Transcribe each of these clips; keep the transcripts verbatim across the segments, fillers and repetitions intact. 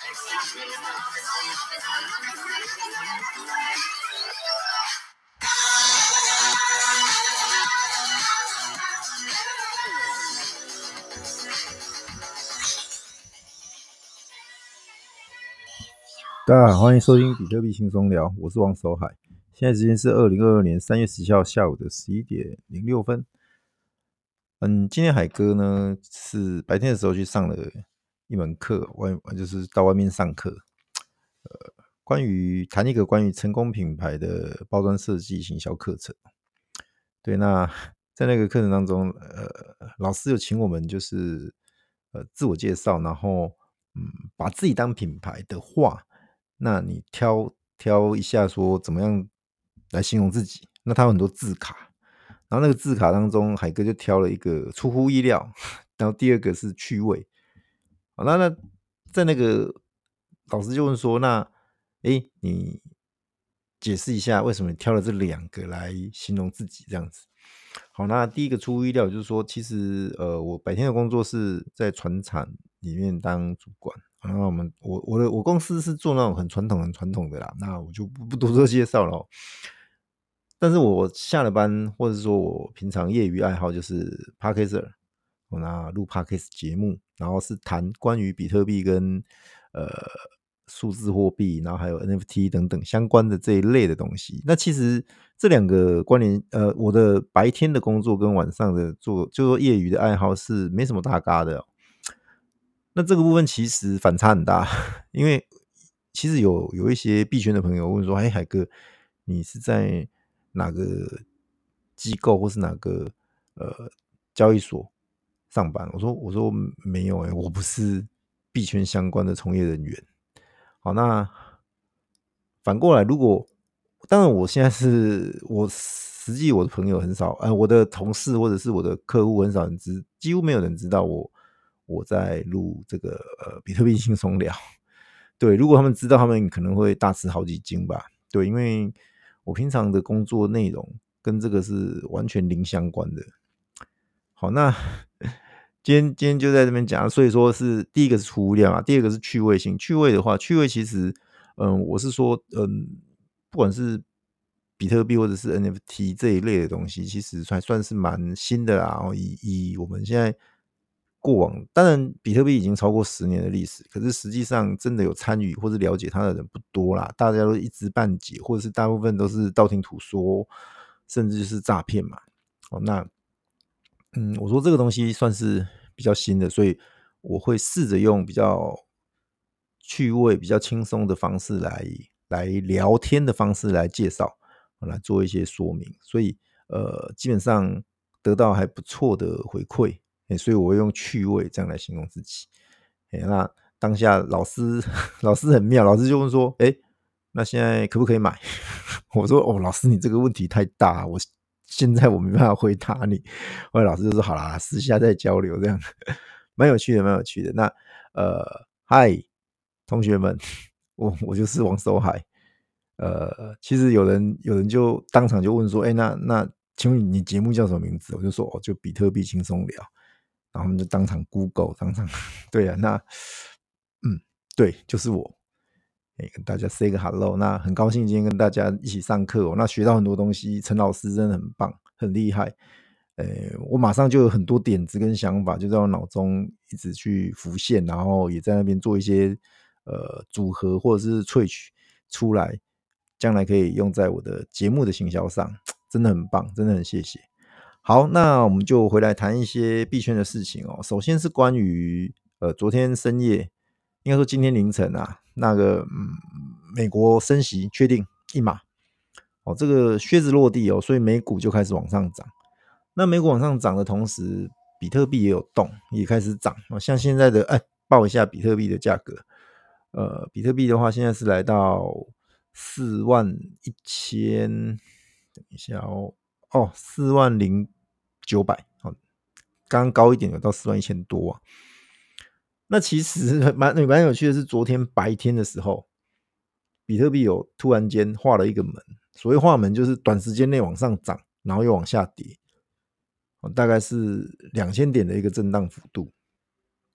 大家好，欢迎收听比特币轻松聊，我是王守海。现在时间是二零二二年三月十七号下午的十一点零六分。嗯，今天海哥呢是白天的时候去上了一门课，外就是到外面上课，呃，关于谈一个关于成功品牌的包装设计行销课程。对，那在那个课程当中，呃，老师有请我们就是呃自我介绍，然后嗯把自己当品牌的话，那你挑挑一下说怎么样来形容自己。那他有很多字卡，然后那个字卡当中，海哥就挑了一个出乎意料，然后第二个是趣味。好，那那在那个老师就问说，那诶你解释一下为什么你挑了这两个来形容自己这样子。好，那第一个出乎意料就是说，其实呃，我白天的工作是在船厂里面当主管。然后我们我我的我公司是做那种很传统很传统的啦，那我就不不多做介绍了哦。但是我下了班，或者是说我平常业余爱好就是 Podcaster， 我那录 Podcast 节目，然后是谈关于比特币跟呃数字货币，然后还有 N F T 等等相关的这一类的东西。那其实这两个关联，呃，我的白天的工作跟晚上的做，就说业余的爱好是没什么大嘎的哦。那这个部分其实反差很大，因为其实有有一些币圈的朋友问说：“哎，海哥，你是在哪个机构或是哪个呃交易所上班？”我说：“我说没有哎、欸，我不是币圈相关的从业人员。”好，那反过来，如果当然我现在是我实际我的朋友很少，呃，我的同事或者是我的客户很少人知，几乎没有人知道我我在录这个呃比特币轻松聊。对，如果他们知道，他们可能会大吃好几惊吧。对，因为我平常的工作内容跟这个是完全零相关的。好，那今天今天就在这边讲，所以说是第一个是出乎意料嘛，第二个是趣味性。趣味的话，趣味其实，嗯，我是说，嗯，不管是比特币或者是 N F T 这一类的东西，其实还算是蛮新的啦。哦以以我们现在过往，当然比特币已经超过十年的历史，可是实际上真的有参与或者了解它的人不多啦，大家都一知半解，或者是大部分都是道听途说，甚至是诈骗嘛。哦，那嗯，我说这个东西算是比较新的，所以我会试着用比较趣味、比较轻松的方式来来聊天的方式来介绍，来做一些说明。所以呃，基本上得到还不错的回馈，欸所以我会用趣味这样来形容自己。欸那当下老师老师很妙，老师就问说：“哎、那现在可不可以买？”我说：“哦，老师，你这个问题太大，我现在我没办法回答你。”后来老师就说：“好啦，私下再交流，这样蛮有趣的，蛮有趣的。”那呃，嗨，同学们，我我就是王守海。呃，其实有人有人就当场就问说：“哎、那那请问你节目叫什么名字？”我就说：“哦，就比特币轻松聊。”然后他们就当场 Google，当场对啊，那嗯，对，就是我。哎，跟大家 say 个 hello，那很高兴今天跟大家一起上课哦，那学到很多东西，陈老师真的很棒，很厉害。呃，我马上就有很多点子跟想法，就在我脑中一直去浮现，然后也在那边做一些呃组合或者是萃取出来，将来可以用在我的节目的行销上，真的很棒，真的很谢谢。好，那我们就回来谈一些币圈的事情哦。首先是关于呃昨天深夜，应该说今天凌晨啊，那个嗯美国升息确定一码哦，这个靴子落地哦，所以美股就开始往上涨。那美股往上涨的同时，比特币也有动，也开始涨哦。像现在的哎，报一下比特币的价格，呃，比特币的话现在是来到四万一千，等一下哦，哦，四万零九百，哦，刚刚高一点有到四万一千多啊。那其实蛮蛮有趣的是，昨天白天的时候，比特币有突然间画了一个门，所谓画门就是短时间内往上涨，然后又往下跌，哦大概是两千点的一个震荡幅度。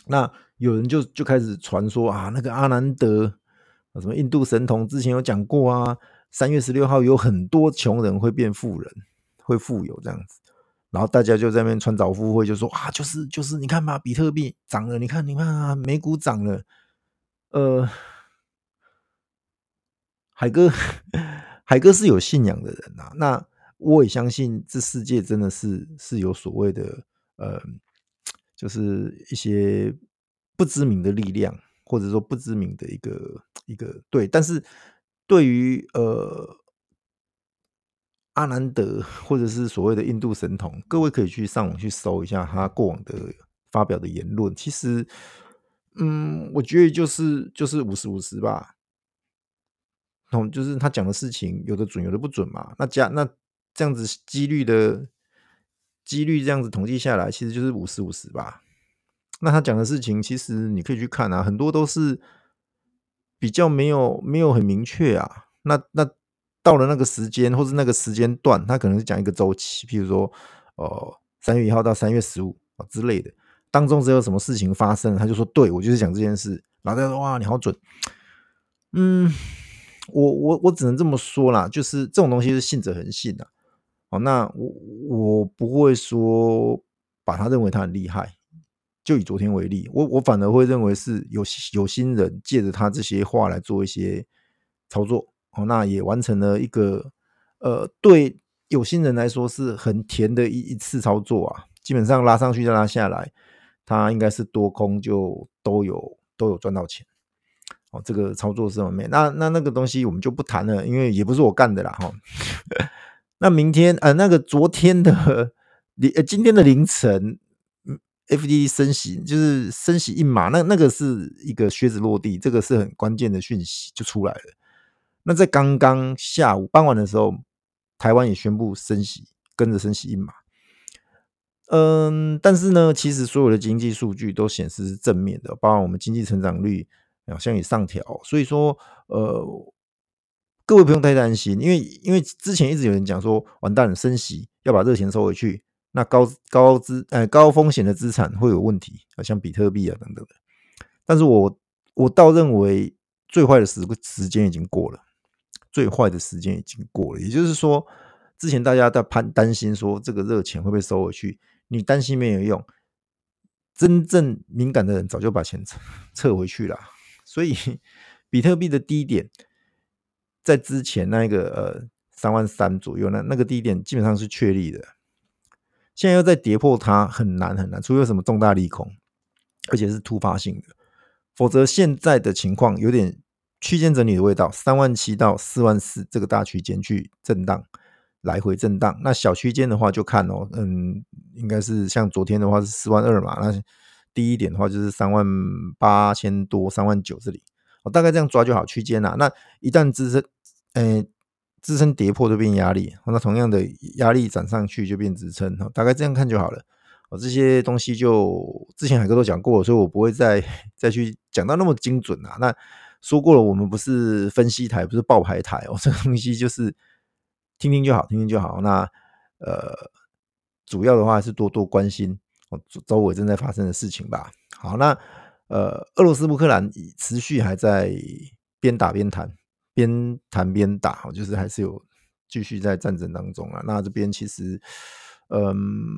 那有人就就开始传说啊，那个阿南德什么印度神童之前有讲过啊，三月十六号有很多穷人会变富人，会富有这样子。然后大家就在那边穿凿附会，就说啊，就是就是你看吧，比特币涨了，你看你看啊，美股涨了。呃，海哥，海哥是有信仰的人啊，那我也相信这世界真的是是有所谓的呃，就是一些不知名的力量，或者说不知名的一个一个对，但是对于呃阿南德或者是所谓的印度神童，各位可以去上网去搜一下他过往的发表的言论。其实，嗯，我觉得就是就是五十五十吧。哦，就是他讲的事情有的准，有的不准嘛。那加那这样子几率的几率这样子统计下来，其实就是五十五十吧。那他讲的事情，其实你可以去看啊，很多都是比较没有没有很明确啊。那那到了那个时间或是那个时间段，他可能是讲一个周期，譬如说，呃，三月一号到三月十五啊之类的，当中只有什么事情发生，他就说对我就是讲这件事，然后大家说哇你好准。嗯，我我我只能这么说啦，就是这种东西是信者恒信的。哦，那我我不会说把他认为他很厉害。就以昨天为例，我我反而会认为是有有心人借着他这些话来做一些操作。哦，那也完成了一个呃，对有心人来说是很甜的一一次操作啊。基本上拉上去再拉下来，他应该是多空就都有都有赚到钱。哦，这个操作是完美。那那那个东西我们就不谈了，因为也不是我干的啦哈。那明天呃，那个昨天的凌呃今天的凌晨，嗯，F D 升息就是升息一码，那那个是一个靴子落地，这个是很关键的讯息就出来了。那在刚刚下午傍晚的时候，台湾也宣布升息，跟着升息一码。嗯，但是呢，其实所有的经济数据都显示是正面的，包括我们经济成长率好像也上调，所以说，呃，各位不用太担心，因为因为之前一直有人讲说，完蛋了，升息要把热钱收回去，那高高资呃高风险的资产会有问题，像比特币啊等等的。但是我我倒认为最坏的时时间已经过了，最坏的时间已经过了，也就是说，之前大家在攀担心说这个热钱会被收回去，你担心没有用，真正敏感的人早就把钱撤撤回去了。所以比特币的低点在之前那个呃三万三左右，那那个低点基本上是确立的。现在要再跌破它很难很难，除非有什么重大利空，而且是突发性的，否则现在的情况有点区间整理的味道，三万七到四万四这个大区间去震荡，来回震荡。那小区间的话就看哦，嗯，应该是像昨天的话是四万二嘛，那低一点的话就是三万八千多、三万九这里，我大概这样抓就好区间啦。那一旦支撑，呃，支撑跌破就变压力，那同样的压力涨上去就变支撑，大概这样看就好了。哦，这些东西就之前海哥都讲过了，所以我不会再再去讲到那么精准啊。那说过了，我们不是分析台，不是爆牌台哦，这个东西就是听听就好，听听就好。那呃，主要的话是多多关心哦周围正在发生的事情吧。好，那呃，俄罗斯乌克兰持续还在边打边谈，边谈边打，就是还是有继续在战争当中啊。那这边其实，嗯，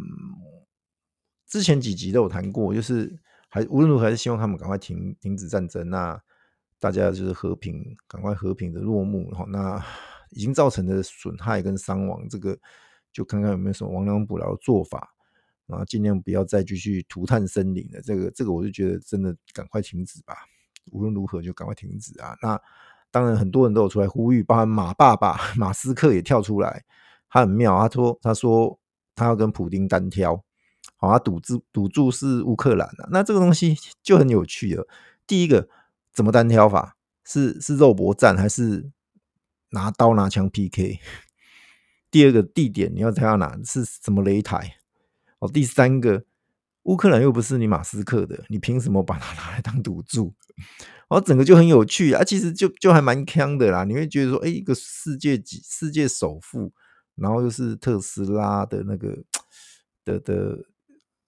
之前几集都有谈过，就是还无论如何还是希望他们赶快停停止战争，那大家就是和平，赶快和平的落幕。那已经造成的损害跟伤亡，这个就看看有没有什么亡羊补牢的做法。然后尽量不要再继续涂炭森林了，这个这个我就觉得真的赶快停止吧，无论如何就赶快停止啊。那当然很多人都有出来呼吁，包含马爸爸马斯克也跳出来，他很妙，他说他说他要跟普丁单挑，好，他赌注赌注是乌克兰啊，那这个东西就很有趣了。第一个怎么单挑法？是是肉搏战还是拿刀拿枪 P K？第二个地点你要挑到哪？是什么擂台？哦，第三个，乌克兰又不是你马斯克的，你凭什么把它拿来当赌注？然后整个就很有趣啊，其实就就还蛮坑的啦。你会觉得说，哎，一个世界级世界首富，然后又是特斯拉的那个的的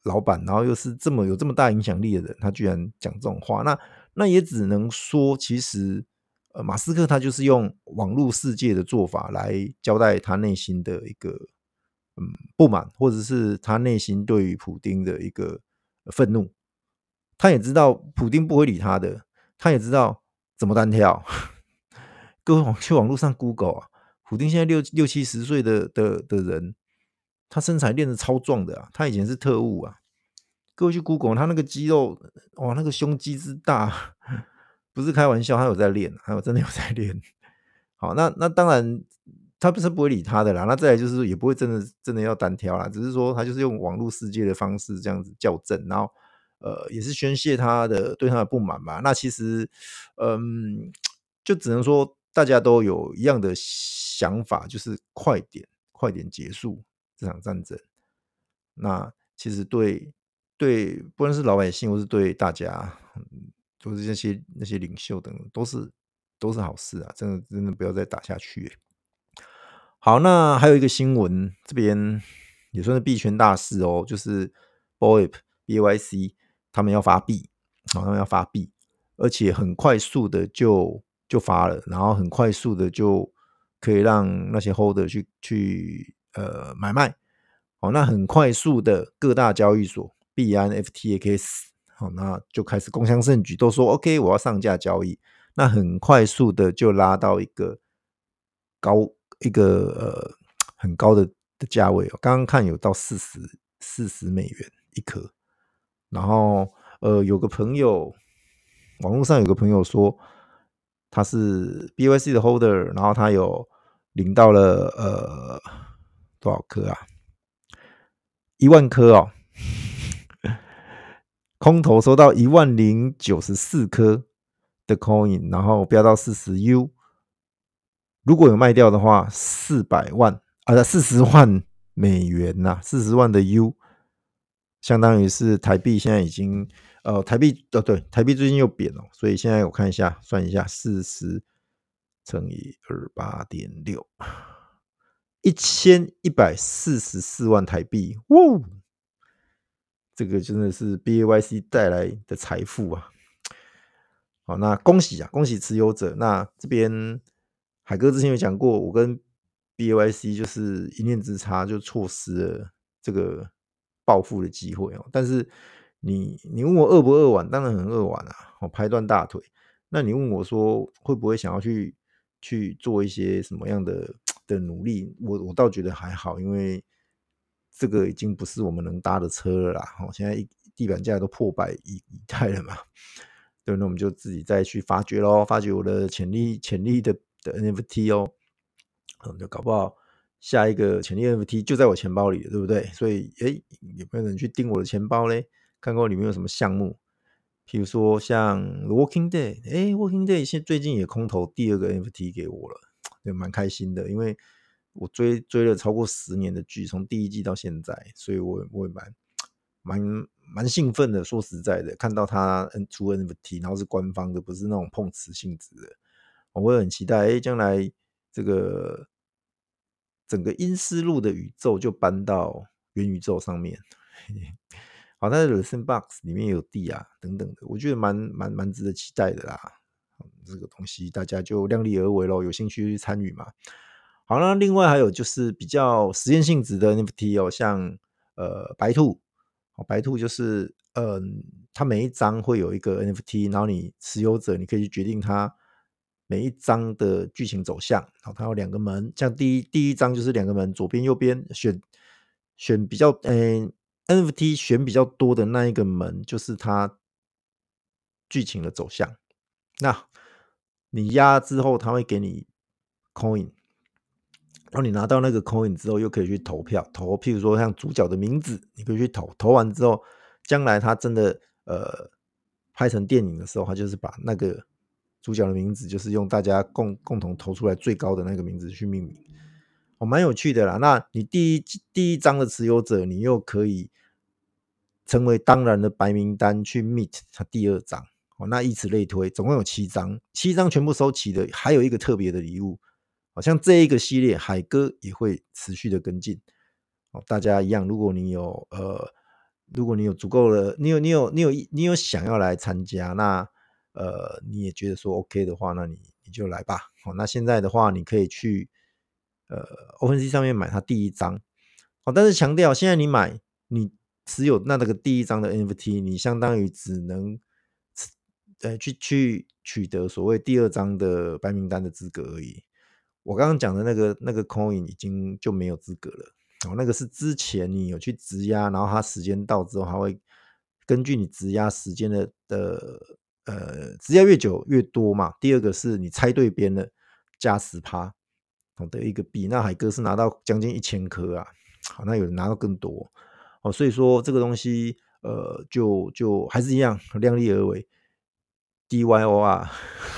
老板，然后又是这么有这么大影响力的人，他居然讲这种话，那那也只能说，其实呃，马斯克他就是用网络世界的做法来交代他内心的一个嗯不满，或者是他内心对于普丁的一个愤怒。他也知道普丁不会理他的，他也知道怎么单挑。各位网去网络上 Google 啊，普丁现在六六七十岁的的的人，他身材练得超壮的啊，他以前是特务啊。各位去 Google，他那个肌肉，哇，那个胸肌之大，不是开玩笑，他有在练，还有真的有在练。好，那那当然，他不是不会理他的啦。那再来就是也不会真的真的要单挑啦，只是说他就是用网络世界的方式这样子校正，然后呃也是宣泄他的对他的不满嘛。那其实嗯，就只能说大家都有一样的想法，就是快点快点结束这场战争。那其实对对，不论是老百姓或是对大家，嗯，都是那些那些领袖等等，都是都是好事啊！真的真的不要再打下去欸。好，那还有一个新闻，这边也算是币圈大事哦，就是 B O Y P B Y C 他们要发币，他们要发币，而且很快速的就就发了，然后很快速的就可以让那些 holder 去去呃买卖。好，那很快速的各大交易所，币安、F T X， 好，那就开始共襄盛举，都说 OK， 我要上架交易。那很快速的就拉到一个高一个呃很高的的价位哦，刚刚看有到四十四十美元一颗。然后呃有个朋友，网络上有个朋友说他是 B Y C 的 holder，然后他有领到了呃多少颗啊？一万颗哦，空头收到一万零九十四颗的 coin，然后飙到四十 U，如果有卖掉的话，四百万啊，四十万美元呐、啊，四十万的 U，相当于是台币现在已经呃台币呃对台币最近又贬了，所以现在我看一下算一下，四十乘以二八点六，一千一百四十四万台币，哇！这个真的是 B A Y C 带来的财富啊！好，那恭喜啊，恭喜持有者。那这边海哥之前有讲过，我跟 B A Y C 就是一念之差，就错失了这个暴富的机会哦。但是你你问我饿不饿玩，当然很饿玩啊，我拍断大腿。那你问我说会不会想要去去做一些什么样的的努力？我我倒觉得还好，因为这个已经不是我们能搭的车了啦。哦，现在一地板价都破百以以太了嘛。对，那我们就自己再去发掘咯，发掘我的潜力潜力的的 N F T 哦，嗯，就搞不好下一个潜力 N F T 就在我钱包里了，对不对？所以，诶，有没有人去盯我的钱包嘞？看看里面有什么项目？譬如说像 Walking Day，诶 Walking Day 现最近也空投第二个 N F T 给我了，也蛮开心的，因为我追追了超过十年的剧，从第一季到现在，所以我我也蛮蛮蛮兴奋的。说实在的，看到他出 N F T，然后是官方的，不是那种碰瓷性质的，我会很期待。哎，将来这个整个阴思路的宇宙就搬到元宇宙上面。好，但是 The Sandbox 里面有地啊等等的，我觉得蛮蛮蛮值得期待的啦。这个东西大家就量力而为咯，有兴趣去参与嘛。好，那另外还有就是比较实验性质的 N F T 哦，像呃白兔，白兔就是嗯、呃，它每一张会有一个 N F T，然后你持有者你可以去决定它每一张的剧情走向。好，它有两个门，像第一第一张就是两个门，左边右边选选比较呃 N F T 选比较多的那一个门，就是它剧情的走向。那你压之后，它会给你 coin，然后你拿到那个 coin 之后，又可以去投票，投譬如说像主角的名字，你可以去投，投完之后，将来他真的呃拍成电影的时候，他就是把那个主角的名字，就是用大家共共同投出来最高的那个名字去命名，哦，蛮有趣的啦。那你第一第一张的持有者，你又可以成为当然的白名单去 meet 他第二张。哦，那以此类推，总共有七张，七张全部收齐的，还有一个特别的礼物，好像这一个系列海哥也会持续的跟进。哦，大家一样，如果你有呃如果你有足够的，你有你有你有你有想要来参加，那呃你也觉得说 OK 的话，那你你就来吧。好，那现在的话，你可以去呃 OpenSea 上面买它第一张。好，但是强调，现在你买你持有那那个第一张的 N F T，你相当于只能呃去去取得所谓第二张的白名单的资格而已。我刚刚讲的那个那个 coin 已经就没有资格了。哦，那个是之前你有去质押，然后它时间到之后，它会根据你质押时间的的呃质押越久越多嘛。第二个是你猜对边了，加十趴的一个币。那海哥是拿到将近一千颗啊，好，那有人拿到更多。哦，所以说这个东西呃就就还是一样量力而为。D Y O R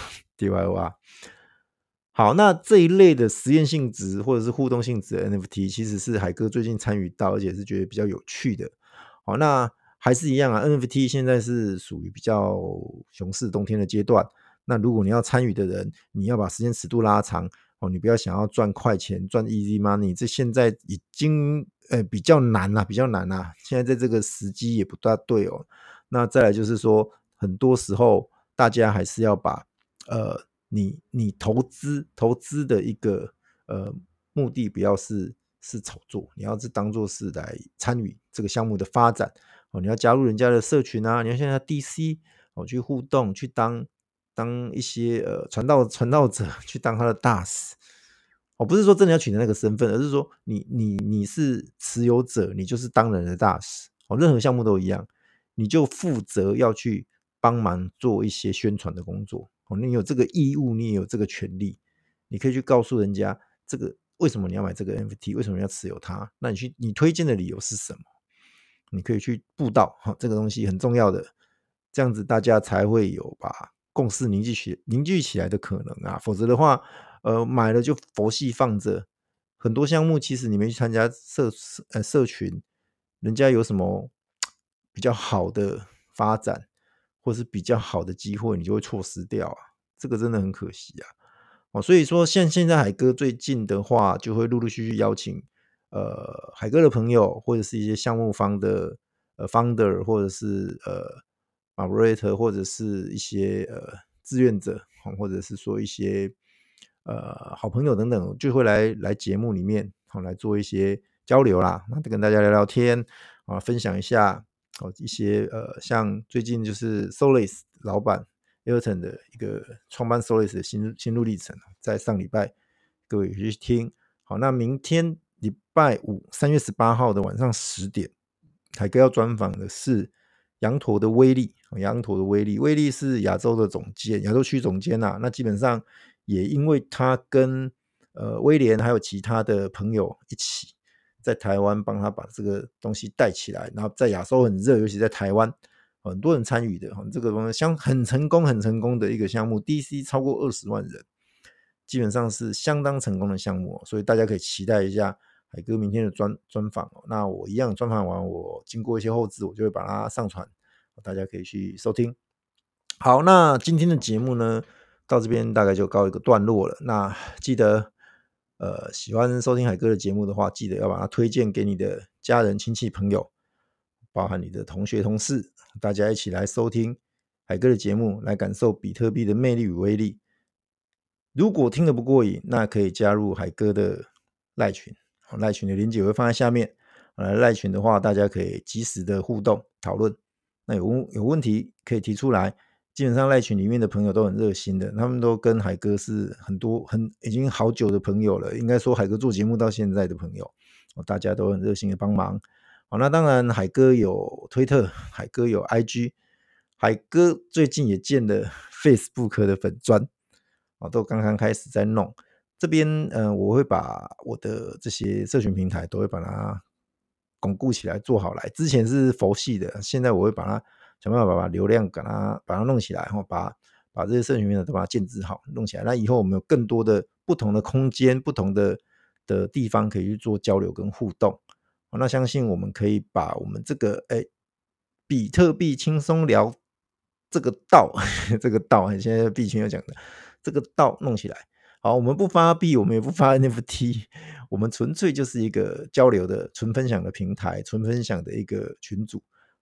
D Y O R 好，那这一类的实验性质或者是互动性质的 N F T，其实是海哥最近参与到，而且是觉得比较有趣的。好，那还是一样啊 ，N F T 现在是属于比较熊市冬天的阶段。那如果你要参与的人，你要把时间尺度拉长哦，你不要想要赚快钱、赚 easy money，这现在已经呃比较难啦、啊比较难啦、啊。现在在这个时机也不大对哦。那再来就是说，很多时候大家还是要把呃你你投资投资的一个呃目的不要是是炒作，你要是当做是来参与这个项目的发展哦，你要加入人家的社群啊，你要现在 D C 哦去互动，去当当一些呃传道传道者，去当他的大使。哦，不是说真的要取得那个身份，而是说你你你是持有者，你就是当人的大使。哦，任何项目都一样，你就负责要去帮忙做一些宣传的工作。哦，你有这个义务，你也有这个权利，你可以去告诉人家这个为什么你要买这个 N F T，为什么要持有它？那你去你推荐的理由是什么？你可以去布道，哈，这个东西很重要的，这样子大家才会有把共识凝聚起凝聚起来的可能啊，否则的话，呃，买了就佛系放着，很多项目其实你没去参加社呃社群，人家有什么比较好的发展，或是比较好的机会，你就会错失掉啊，这个真的很可惜啊。哦，所以说像现在海哥最近的话，就会陆陆续续邀请呃海哥的朋友，或者是一些项目方的呃 founder，或者是呃 moderator，或者是一些呃志愿者，或者是说一些呃好朋友等等，就会来来节目里面好来做一些交流啦，那跟大家聊聊天啊，分享一下哦一些呃像最近就是 Solis 老板 Ayrton 的一个创办 Solis 的心心路历程，在上礼拜各位去听。好，那明天礼拜五三月十八号的晚上十点，海哥要专访的是羊驼的威力，羊驼的威力，威力是亚洲的总监，亚洲区总监呐、啊。那基本上也因为他跟呃威廉还有其他的朋友一起在台湾帮他把这个东西带起来，然后在亚洲很热，尤其在台湾很多人参与的，这个东西相很成功、很成功的一个项目 ，D C 超过二十万人，基本上是相当成功的项目、哦，所以大家可以期待一下海哥明天的专专访哦。那我一样专访完，我经过一些后置，我就会把它上传，大家可以去收听。好，那今天的节目呢，到这边大概就告一个段落了。那记得，呃，喜欢收听海哥的节目的话，记得要把它推荐给你的家人、亲戚、朋友，包含你的同学、同事，大家一起来收听海哥的节目，来感受比特币的魅力与威力。如果听得不过瘾，那可以加入海哥的赖群，赖群的链接我会放在下面。赖群的话，大家可以及时的互动讨论。那有有问题可以提出来。基本上赖群里面的朋友都很热心的，他们都跟海哥是很多很已经好久的朋友了。应该说海哥做节目到现在的朋友，大家都很热心的帮忙。好，那当然海哥有推特，海哥有 I G， 海哥最近也建了 Facebook 的粉专。哦，都刚刚开始在弄，这边呃，我会把我的这些社群平台都会把它巩固起来，做好来。之前是佛系的，现在我会把它想办法把流量把它把它弄起来，然后把把这些社群平台都把它建制好，弄起来。那以后我们有更多的不同的空间、不同的的地方可以去做交流跟互动。那相信我们可以把我们这个哎比特币轻松聊这个道，这个道现在币圈有讲的这个道弄起来。好，我们不发币，我们也不发 N F T，我们纯粹就是一个交流的、纯分享的平台、纯分享的一个群组。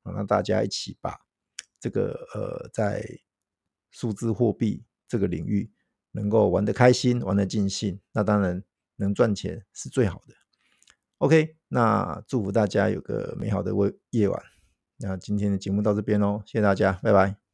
让大家一起把这个呃在数字货币这个领域能够玩得开心，玩得尽兴，那当然能赚钱是最好的。OK，那祝福大家有个美好的夜晚。那今天的节目到这边咯，谢谢大家，拜拜。